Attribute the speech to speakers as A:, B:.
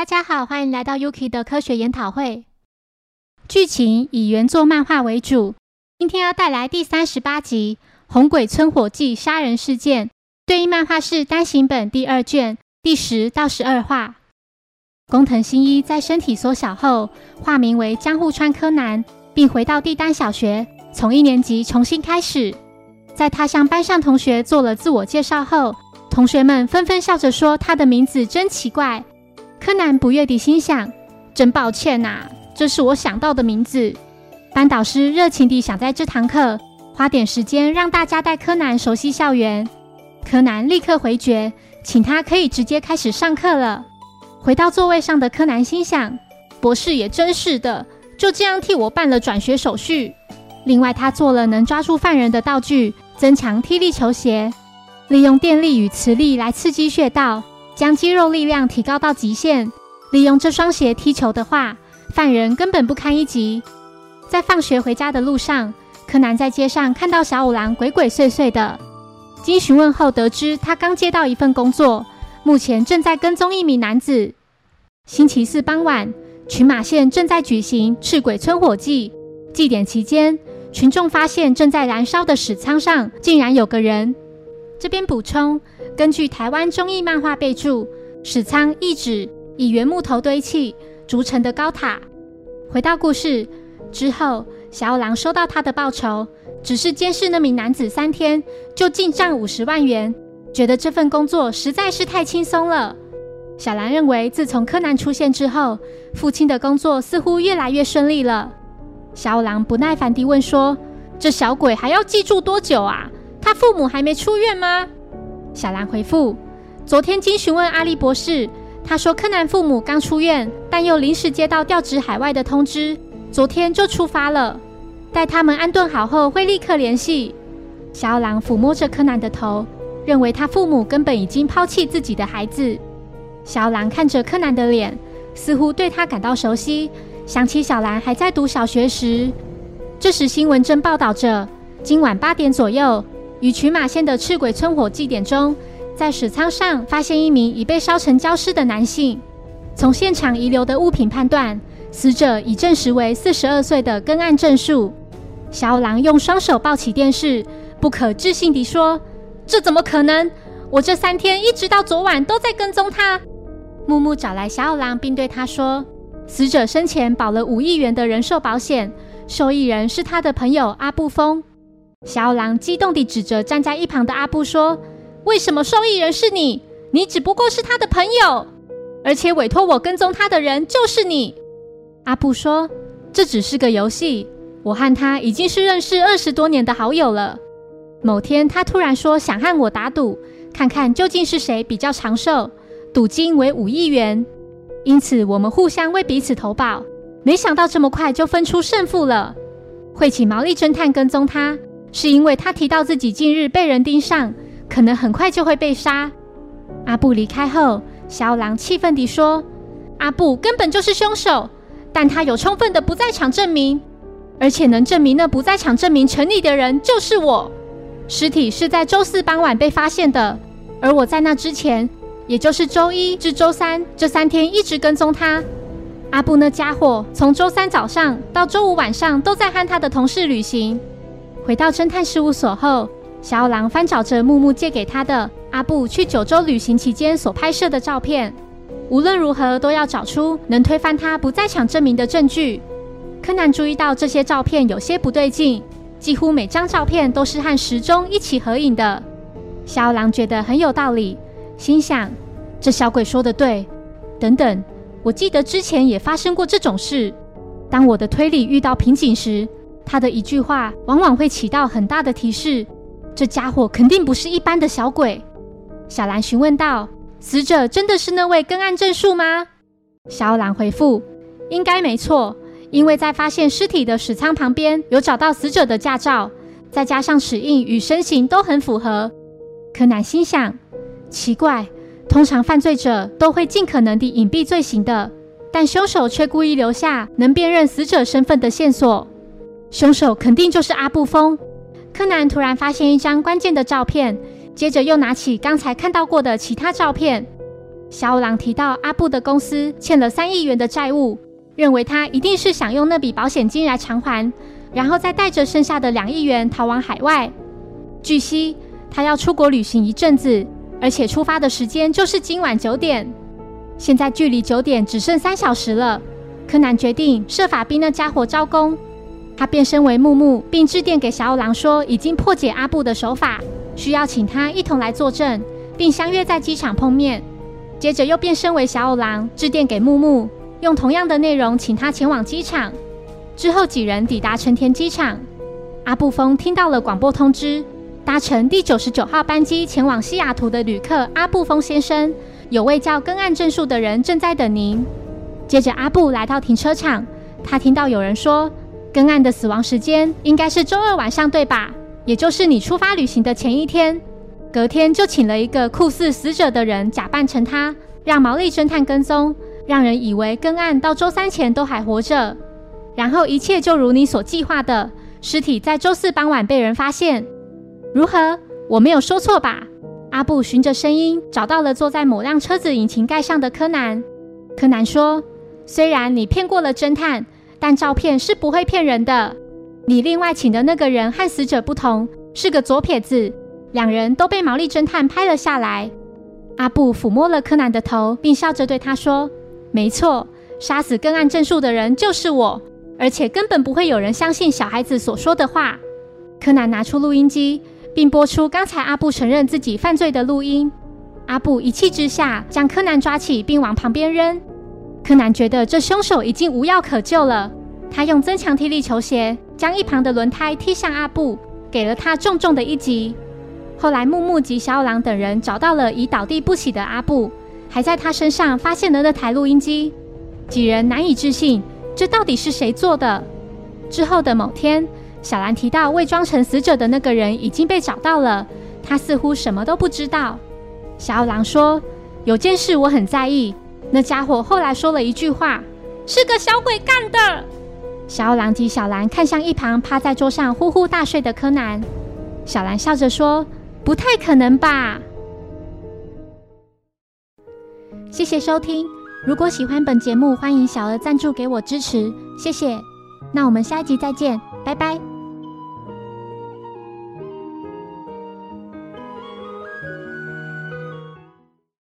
A: 大家好，欢迎来到 Yuki 的科学研讨会。剧情以原作漫画为主，今天要带来第38集《红鬼村火记杀人事件》，对应漫画是单行本第2卷第10到12话。工藤新一在身体缩小后，化名为江户川柯南，并回到帝丹小学，从1年级重新开始。在他向班上同学做了自我介绍后，同学们纷纷笑着说他的名字真奇怪。柯南不悦地心想，真抱歉啊，这是我想到的名字。班导师热情地想在这堂课花点时间让大家带柯南熟悉校园。柯南立刻回绝，请他可以直接开始上课了。回到座位上的柯南心想，博士也真是的，就这样替我办了转学手续。另外他做了能抓住犯人的道具，增强踢力球鞋，利用电力与磁力来刺激穴道，将肌肉力量提高到极限。利用这双鞋踢球的话，犯人根本不堪一击。在放学回家的路上，柯南在街上看到小五郎鬼鬼祟祟的。经询问后得知，他刚接到一份工作，目前正在跟踪一名男子。星期四傍晚，群马县正在举行赤鬼村火祭。祭典期间，群众发现正在燃烧的矢仓上竟然有个人。这边补充，根据台湾综艺漫画备注，矢仓意指以原木头堆砌筑成的高塔。回到故事之后，小五郎收到他的报酬，只是监视那名男子3天就进账50万元，觉得这份工作实在是太轻松了。小兰认为自从柯南出现之后，父亲的工作似乎越来越顺利了。小五郎不耐烦地问说，这小鬼还要记住多久啊？他父母还没出院吗？小兰回复，昨天经询问阿笠博士，他说柯南父母刚出院，但又临时接到调职海外的通知，昨天就出发了，待他们安顿好后会立刻联系。小五郎抚摸着柯南的头，认为他父母根本已经抛弃自己的孩子。小五郎看着柯南的脸，似乎对他感到熟悉，想起小兰还在读小学时。这时新闻正报道着，今晚8点左右，于群马县的赤鬼村火祭典中，在矢仓上发现一名已被烧成焦尸的男性。从现场遗留的物品判断，死者已证实为42岁的根岸正树。小五郎用双手抱起电视，不可置信地说，这怎么可能？我这3天一直到昨晚都在跟踪他。木木找来小五郎，并对他说，死者生前保了5亿元的人寿保险，受益人是他的朋友阿部丰。小五郎激动地指着站在一旁的阿部说，为什么受益人是你？你只不过是他的朋友，而且委托我跟踪他的人就是你。阿部说，这只是个游戏，我和他已经是认识20多年的好友了。某天他突然说想和我打赌，看看究竟是谁比较长寿，赌金为5亿元。因此我们互相为彼此投保，没想到这么快就分出胜负了。会请毛利侦探跟踪他，是因为他提到自己近日被人盯上，可能很快就会被杀。阿布离开后，小五郎气愤地说，阿布根本就是凶手，但他有充分的不在场证明，而且能证明那不在场证明成立的人就是我。尸体是在周4傍晚被发现的，而我在那之前，也就是周1至周3这3天一直跟踪他。阿布那家伙从周3早上到周5晚上都在和他的同事旅行。回到侦探事务所后，小五郎翻找着木木借给他的阿布去9州旅行期间所拍摄的照片，无论如何都要找出能推翻他不在场证明的证据。柯南注意到这些照片有些不对劲，几乎每张照片都是和时钟一起合影的。小五郎觉得很有道理，心想，这小鬼说得对，等等，我记得之前也发生过这种事。当我的推理遇到瓶颈时，他的一句话往往会起到很大的提示，这家伙肯定不是一般的小鬼。小兰询问道，死者真的是那位根岸正树吗？小五郎回复，应该没错，因为在发现尸体的矢仓旁边有找到死者的驾照，再加上齿印与身形都很符合。柯南心想，奇怪，通常犯罪者都会尽可能地隐蔽罪行的，但凶手却故意留下能辨认死者身份的线索。凶手肯定就是阿部丰。柯南突然发现一张关键的照片，接着又拿起刚才看到过的其他照片。 小五郎提到阿布的公司欠了3亿元的债务，认为他一定是想用那笔保险金来偿还，然后再带着剩下的2亿元逃往海外。据悉，他要出国旅行一阵子，而且出发的时间就是今晚9点。现在距离9点只剩3小时了，柯南决定设法逼那家伙招供。他变身为木木，并致电给小五郎说已经破解阿布的手法，需要请他一同来作证，并相约在机场碰面。接着又变身为小五郎，致电给木木，用同样的内容请他前往机场。之后几人抵达成田机场，阿布丰听到了广播通知，搭乘第99号班机前往西雅图的旅客阿布丰先生，有位叫根岸正树的人正在等您。接着阿布来到停车场，他听到有人说根岸的死亡时间应该是周2晚上对吧？也就是你出发旅行的前一天。隔天就请了一个酷似死者的人假扮成他，让毛利侦探跟踪，让人以为根岸到周3前都还活着。然后一切就如你所计划的，尸体在周4傍晚被人发现。如何？我没有说错吧？阿布循着声音找到了坐在某辆车子引擎盖上的柯南。柯南说，虽然你骗过了侦探，但照片是不会骗人的。你另外请的那个人和死者不同，是个左撇子，2人都被毛利侦探拍了下来。阿布抚摸了柯南的头，并笑着对他说，没错，杀死根岸正树的人就是我，而且根本不会有人相信小孩子所说的话。柯南拿出录音机，并播出刚才阿布承认自己犯罪的录音。阿布一气之下将柯南抓起并往旁边扔。柯南觉得这凶手已经无药可救了，他用增强踢力球鞋将一旁的轮胎踢向阿布，给了他重重的一击。后来木木及小五郎等人找到了已倒地不起的阿布，还在他身上发现了那台录音机。几人难以置信，这到底是谁做的？之后的某天，小兰提到伪装成死者的那个人已经被找到了，他似乎什么都不知道。小五郎说，有件事我很在意，那家伙后来说了一句话，是个小鬼干的。小五郎及小兰看向一旁趴在桌上呼呼大睡的柯南。小兰笑着说，不太可能吧。谢谢收听，如果喜欢本节目，欢迎小额赞助给我支持，谢谢。那我们下一集再见，拜拜。